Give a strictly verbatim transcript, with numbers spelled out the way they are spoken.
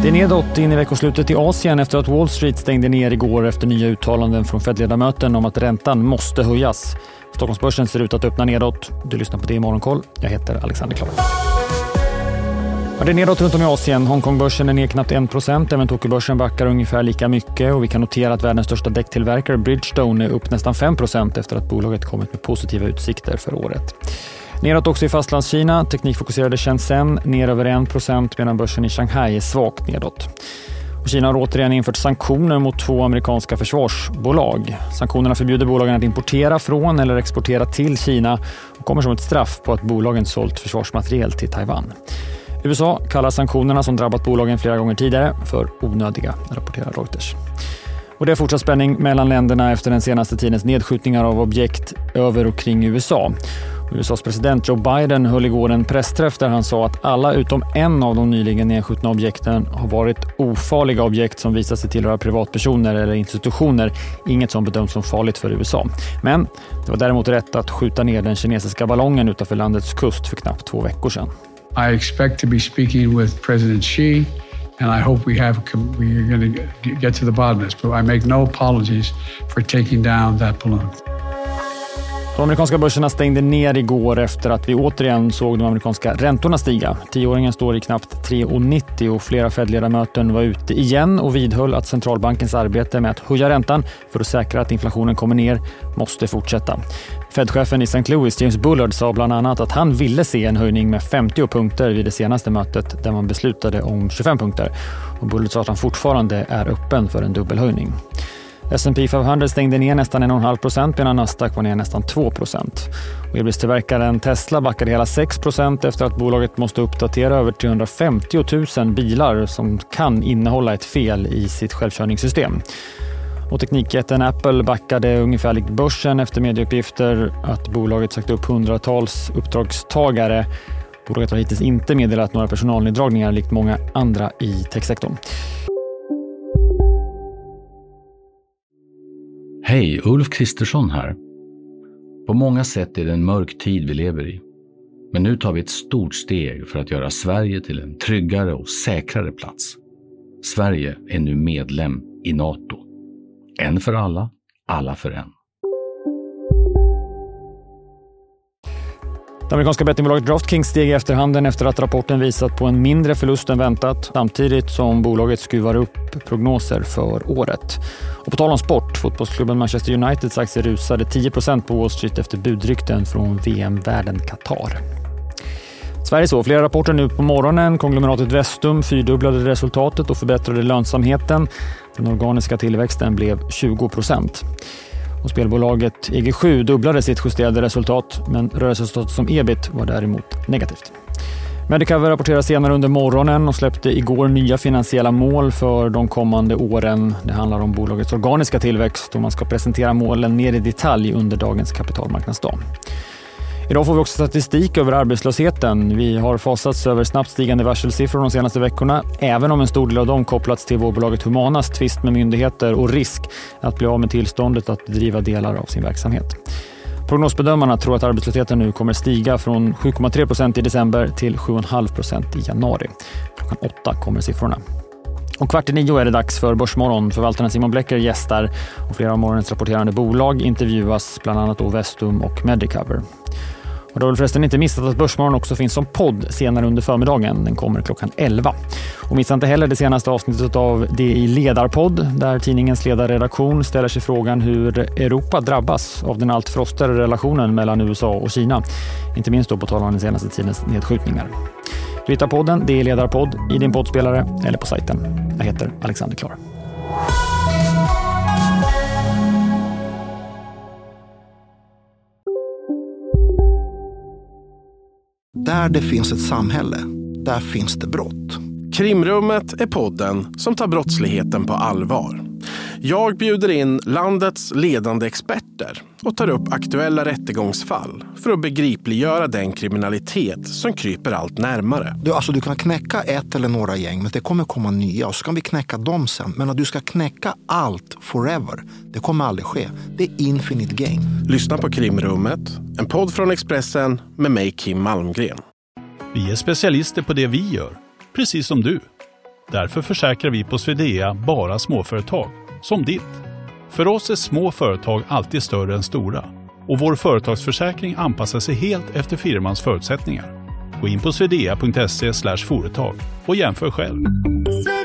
Det är nedåt in i veckoslutet i Asien efter att Wall Street stängde ner igår efter nya uttalanden från Fed-ledamöten om att räntan måste höjas. Stockholmsbörsen ser ut att öppna nedåt. Du lyssnar på det i Morgonkoll. Jag heter Alexander Klar. Ja, det är nedåt runt om i Asien. Hongkongbörsen är ner knappt en procent. Även Tokyobörsen backar ungefär lika mycket. Och vi kan notera att världens största däcktillverkare Bridgestone är upp nästan fem procent efter att bolaget kommit med positiva utsikter för året. Neråt också i fastlandskina, teknikfokuserade Shenzhen ner över en procent medan börsen i Shanghai är svagt nedåt. Och Kina har återigen infört sanktioner mot två amerikanska försvarsbolag. Sanktionerna förbjuder bolagen att importera från eller exportera till Kina och kommer som ett straff på att bolagen sålt försvarsmateriel till Taiwan. U S A kallar sanktionerna som drabbat bolagen flera gånger tidigare för onödiga, rapporterar Reuters. Och det är fortsatt spänning mellan länderna efter den senaste tidens nedskjutningar av objekt över och kring U S A. U S A:s president Joe Biden höll igår en pressträff där han sa att alla utom en av de nyligen nedskjutna objekten har varit ofarliga objekt som visar sig tillhöra privatpersoner eller institutioner, inget som bedöms som farligt för U S A. Men det var däremot rätt att skjuta ner den kinesiska ballongen utanför landets kust för knappt två veckor sedan. I expect to be speaking with President Xi, and I hope we have we're going to get to the bottom of this. But I make no apologies for taking down that balloon. De amerikanska börserna stängde ner igår efter att vi återigen såg de amerikanska räntorna stiga. Tioåringen står i knappt tre komma nittio och flera Fed-ledamöter var ute igen och vidhöll att centralbankens arbete med att höja räntan för att säkra att inflationen kommer ner måste fortsätta. Fed-chefen i Saint Louis, James Bullard, sa bland annat att han ville se en höjning med femtio punkter vid det senaste mötet där man beslutade om tjugofem punkter. Och Bullard sa att han fortfarande är öppen för en dubbelhöjning. S and P femhundra stängde ner nästan en komma fem procent medan Nasdaq var ner nästan två procent. Och elbilstillverkaren Tesla backade hela sex procent efter att bolaget måste uppdatera över trehundrafemtio tusen bilar som kan innehålla ett fel i sitt självkörningssystem. Och teknikjätten Apple backade ungefär likt börsen efter medieuppgifter att bolaget sagt upp hundratals uppdragstagare. Bolaget har hittills inte meddelat några personalneddragningar likt många andra i techsektorn. Hej, Ulf Kristersson här. På många sätt är det en mörk tid vi lever i. Men nu tar vi ett stort steg för att göra Sverige till en tryggare och säkrare plats. Sverige är nu medlem i NATO. En för alla, alla för en. Det amerikanska bettingbolaget DraftKings steg i efterhanden efter att rapporten visat på en mindre förlust än väntat, samtidigt som bolaget skruvar upp prognoser för året. Och på tal om sport, fotbollsklubben Manchester Uniteds aktier rusade tio procent på Wall Street efter budrykten från V M-världen Qatar. Sverige så flera rapporter nu på morgonen. Konglomeratet Vestum fyrdubblade resultatet och förbättrade lönsamheten. Den organiska tillväxten blev tjugo procent. Och spelbolaget E G sju dubblade sitt justerade resultat, men rörelseresultatet som E B I T var däremot negativt. Medicover rapporterar senare under morgonen och släppte igår nya finansiella mål för de kommande åren. Det handlar om bolagets organiska tillväxt och man ska presentera målen mer i detalj under dagens kapitalmarknadsdag. Idag får vi också statistik över arbetslösheten. Vi har fasats över snabbt stigande varselsiffror de senaste veckorna, även om en stor del av dem kopplats till vårdbolaget Humanas tvist med myndigheter och risk att bli av med tillståndet att bedriva delar av sin verksamhet. Prognosbedömarna tror att arbetslösheten nu kommer stiga från sju komma tre procent i december till sju komma fem procent i januari. Klockan åtta kommer siffrorna. Och kvart i nio är det dags för Börsmorgon. Förvaltaren Simon Blecker gästar och flera av morgonens rapporterande bolag intervjuas, bland annat då Vestum och Medicover. Och då har du förresten inte missat att Börsmorgon också finns som podd senare under förmiddagen. Den kommer klockan elva. Och missa inte heller det senaste avsnittet av det i Ledarpodd, där tidningens ledarredaktion ställer sig frågan hur Europa drabbas av den allt frostigare relationen mellan U S A och Kina. Inte minst då på tal om den senaste tidens nedskjutningar. Du hittar podden, det är Ledarpodd, i din poddspelare eller på sajten. Jag heter Alexander Klar. Där det finns ett samhälle, där finns det brott. Krimrummet är podden som tar brottsligheten på allvar. Jag bjuder in landets ledande experter och tar upp aktuella rättegångsfall för att begripliggöra den kriminalitet som kryper allt närmare. Du, alltså, du kan knäcka ett eller några gäng, men det kommer komma nya och så kan vi knäcka dem sen. Men att du ska knäcka allt forever, det kommer aldrig ske. Det är infinite gain. Lyssna på Krimrummet, en podd från Expressen med mig, Kim Malmgren. Vi är specialister på det vi gör, precis som du. Därför försäkrar vi på Swedea bara småföretag, som ditt. För oss är små företag alltid större än stora. Och vår företagsförsäkring anpassar sig helt efter firmans förutsättningar. Gå in på swedea punkt se slash företag och jämför själv.